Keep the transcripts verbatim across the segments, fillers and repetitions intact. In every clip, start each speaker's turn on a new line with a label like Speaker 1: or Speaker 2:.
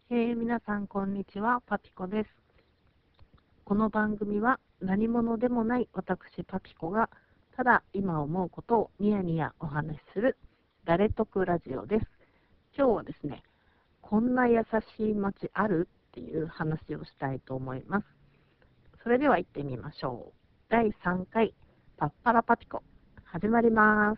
Speaker 1: えー、皆さんこんにちは、パピコです。この番組は何者でもない私パピコがただ今思うことをニヤニヤお話しする誰得ラジオです。今日はですね、こんな優しい街あるっていう話をしたいと思います。それでは行ってみましょう。だいさんかいパッパラパピコ始まります。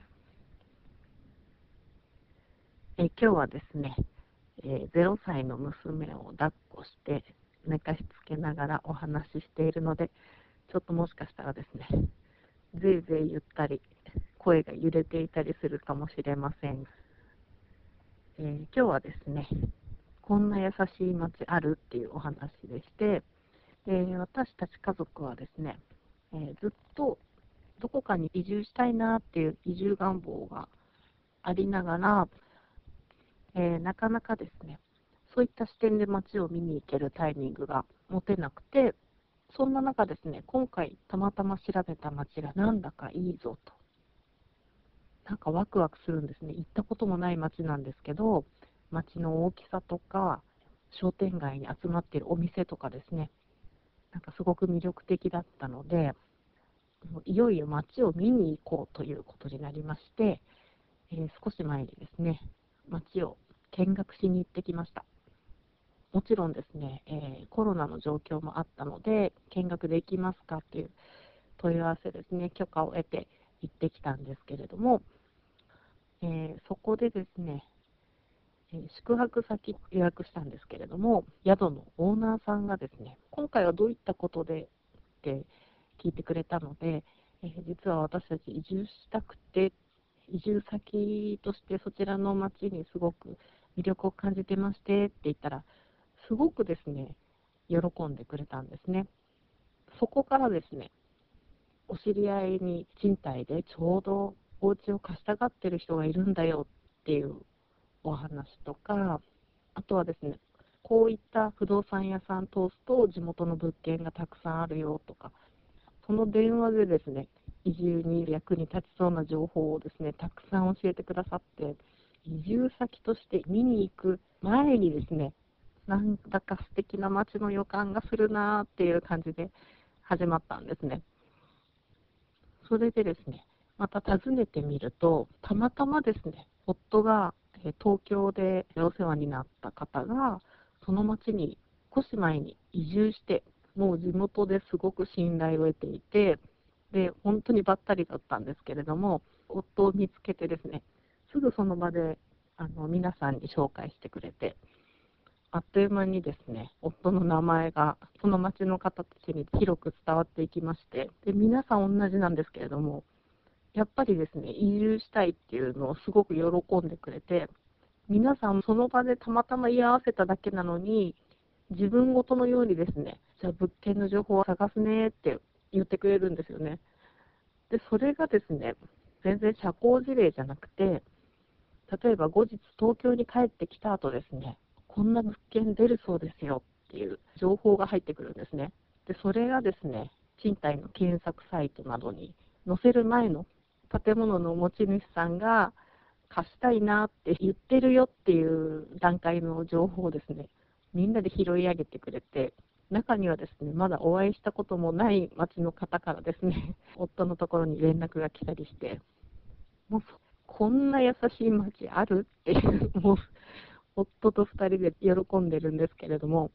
Speaker 1: えー今日はですね、えーゼロさいの娘を抱っこして寝かしつけながらお話ししているので、ちょっともしかしたらですね、ぜいぜい言ったり、声が揺れていたりするかもしれません。えー今日はですね、こんな優しい街あるっていうお話でして、えー私たち家族はですね、えーずっとどこかに移住したいなっていう移住願望がありながら、えーなかなかですね、そういった視点で街を見に行けるタイミングが持てなくて、そんな中ですね、今回たまたま調べた街がなんだかいいぞと、なんかワクワクするんですね。行ったこともない街なんですけど、街の大きさとか、商店街に集まっているお店とかですね、なんかすごく魅力的だったので、いよいよ街を見に行こうということになりまして、えー少し前にですね、街を見学しに行ってきました。もちろんですね、えーコロナの状況もあったので、見学できますかっていう問い合わせですね、許可を得て行ってきたんですけれども、えーそこでですね、えー宿泊先予約したんですけれども、宿のオーナーさんがですね、今回はどういったことでって聞いてくれたので、えー実は私たち移住したくて、移住先としてそちらの町にすごく魅力を感じてましてって言ったら、すごくですね、喜んでくれたんですね。そこからですね、お知り合いに賃貸でちょうどお家を貸したがってる人がいるんだよっていうお話とか、あとはですね、こういった不動産屋さん通すと地元の物件がたくさんあるよとか、その電話でですね、移住に役に立ちそうな情報をですね、たくさん教えてくださって、移住先として見に行く前にですね、なんだか素敵な街の予感がするなーっていう感じで始まったんですね。それでですね、また訪ねてみると、たまたまですね、夫がえー東京でお世話になった方が、その町に少し前に移住して、もう地元ですごく信頼を得ていて、で、本当にばったりだったんですけれども、夫を見つけてですね、すぐその場であの皆さんに紹介してくれて、あっという間にですね、夫の名前がその町の方たちに広く伝わっていきまして、で、皆さん同じなんですけれども、やっぱりですね、移住したいっていうのをすごく喜んでくれて、皆さんその場でたまたま言い合わせただけなのに、自分ごとのようにですね、じゃあ物件の情報を探すねって言ってくれるんですよね。で、それがですね、全然社交辞令じゃなくて、例えば後日東京に帰ってきた後ですね、こんな物件出るそうですよっていう情報が入ってくるんですね。で、それがですね、賃貸の検索サイトなどに載せる前の建物の持ち主さんが貸したいなって言ってるよっていう段階の情報をですね、みんなで拾い上げてくれて、中にはですね、まだお会いしたこともない町の方からですね、夫のところに連絡が来たりして、もうこんな優しい街あるっていう、もう夫とふたりで喜んでるんですけれども、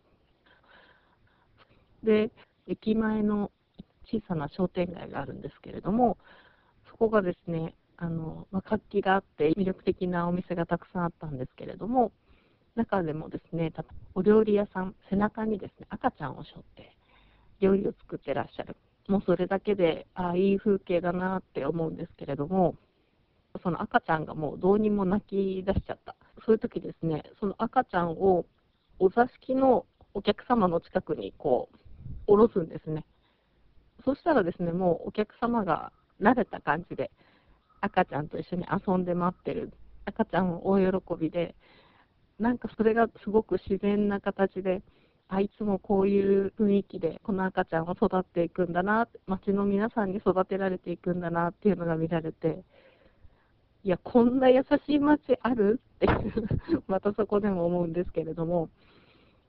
Speaker 1: で、駅前の小さな商店街があるんですけれども、そこがですね、あの、まあ、活気があって魅力的なお店がたくさんあったんですけれども、中でもですね、たお料理屋さん、背中にですね、赤ちゃんを背負って料理を作ってらっしゃる。もうそれだけで、ああ、いい風景だなって思うんですけれども、その赤ちゃんがもうどうにも泣き出しちゃった。そういう時ですね、その赤ちゃんをお座敷のお客様の近くにこう、下ろすんですね。そしたらですね、もうお客様が慣れた感じで、赤ちゃんと一緒に遊んで待ってる。赤ちゃん大喜びで、なんかそれがすごく自然な形で、あいつもこういう雰囲気でこの赤ちゃんは育っていくんだな、町の皆さんに育てられていくんだなっていうのが見られて、いや、こんな優しい街あるってまたそこでも思うんですけれども、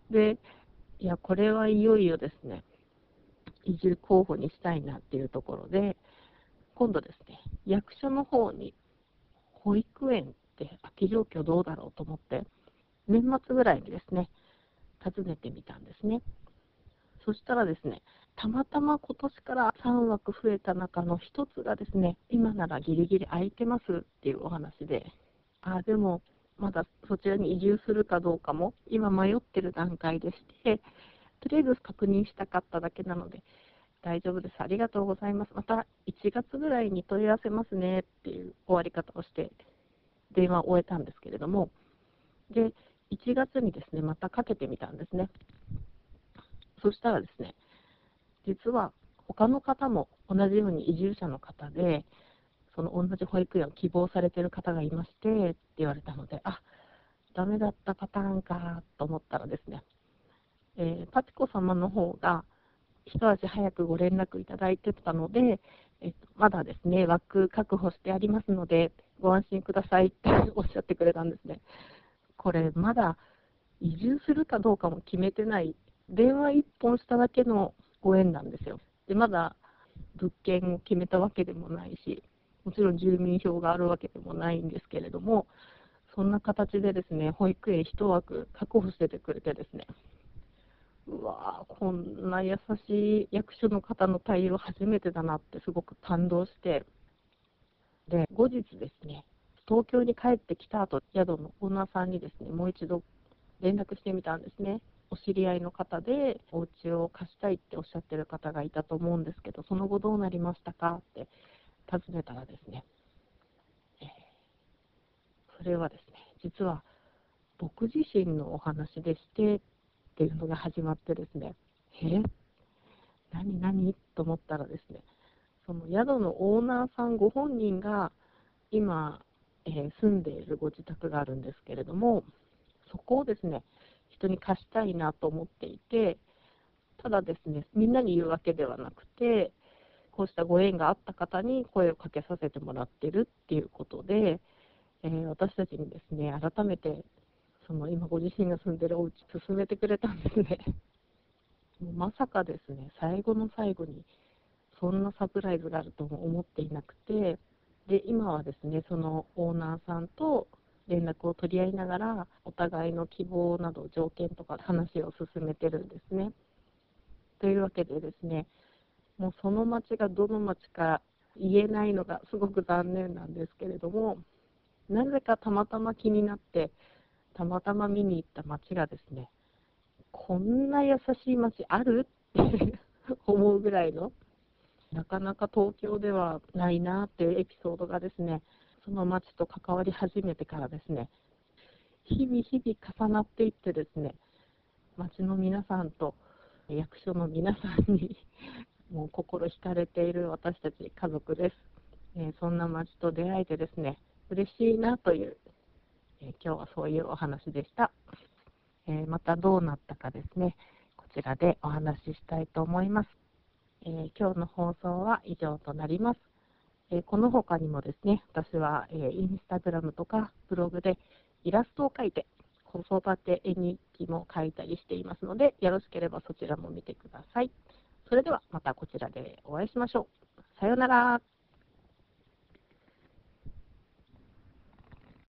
Speaker 1: で、いや、これはいよいよですね、移住候補にしたいなっていうところで、今度ですね、役所の方に保育園って空き状況どうだろうと思って、年末ぐらいにですね、訪ねてみたんですね。そしたらですね、たまたま今年からさんわく増えた中のひとつがですね、今ならギリギリ空いてますっていうお話で、あ、でもまだそちらに移住するかどうかも今迷ってる段階でして、とりあえず確認したかっただけなので、大丈夫です。ありがとうございます。またいちがつぐらいに問い合わせますねっていう終わり方をして電話を終えたんですけれども、で、いちがつにですね、またかけてみたんですね。そしたらですね、実は他の方も同じように移住者の方で、その同じ保育園を希望されている方がいましてって言われたので、あ、ダメだったパターンかと思ったらですね、えーパチコ様の方が一足早くご連絡いただいてたので、えっと、まだですね、枠確保してありますので、ご安心くださいっておっしゃってくれたんですね。これ、まだ移住するかどうかも決めてない、電話一本しただけのご縁なんですよ。で、まだ物件を決めたわけでもないし、もちろん住民票があるわけでもないんですけれども、そんな形でですね、保育園一枠確保しててくれてですね、うわー、こんな優しい役所の方の対応初めてだなってすごく感動して、で、後日ですね、東京に帰ってきた後、宿のオーナーさんにですね、もう一度連絡してみたんですね。お知り合いの方で、お家を貸したいっておっしゃってる方がいたと思うんですけど、その後どうなりましたかって尋ねたらですね、えーそれはですね、実は僕自身のお話でしてっていうのが始まってですね、え何何と思ったらですね、その宿のオーナーさんご本人が今、えー住んでいるご自宅があるんですけれども、そこをですね、人に貸したいなと思っていて、ただですね、みんなに言うわけではなくて、こうしたご縁があった方に声をかけさせてもらってるっていうことで、えー私たちにですね、改めて、その今ご自身が住んでるお家勧めてくれたんですね。もうまさかですね、最後の最後にそんなサプライズがあるとも思っていなくて、で、今はですね、そのオーナーさんと連絡を取り合いながら、お互いの希望など条件とか話を進めてるんですね。というわけでですね、もうその町がどの町か言えないのがすごく残念なんですけれども、なぜかたまたま気になって、たまたま見に行った町がですね、こんな優しい町あるって思うぐらいの、なかなか東京ではないなっていうエピソードがですね、その町と関わり始めてからですね、日々日々重なっていってですね、町の皆さんと役所の皆さんにもう心惹かれている私たち家族です。えーそんな町と出会えてですね、嬉しいなという、えー今日はそういうお話でした。えーまたどうなったかですね、こちらでお話ししたいと思います。えー今日の放送は以上となります。えーこの他にもですね、私は、えーインスタグラムとかブログでイラストを描いて、子育て絵日記も書いたりしていますので、よろしければそちらも見てください。それではまたこちらでお会いしましょう。さようなら。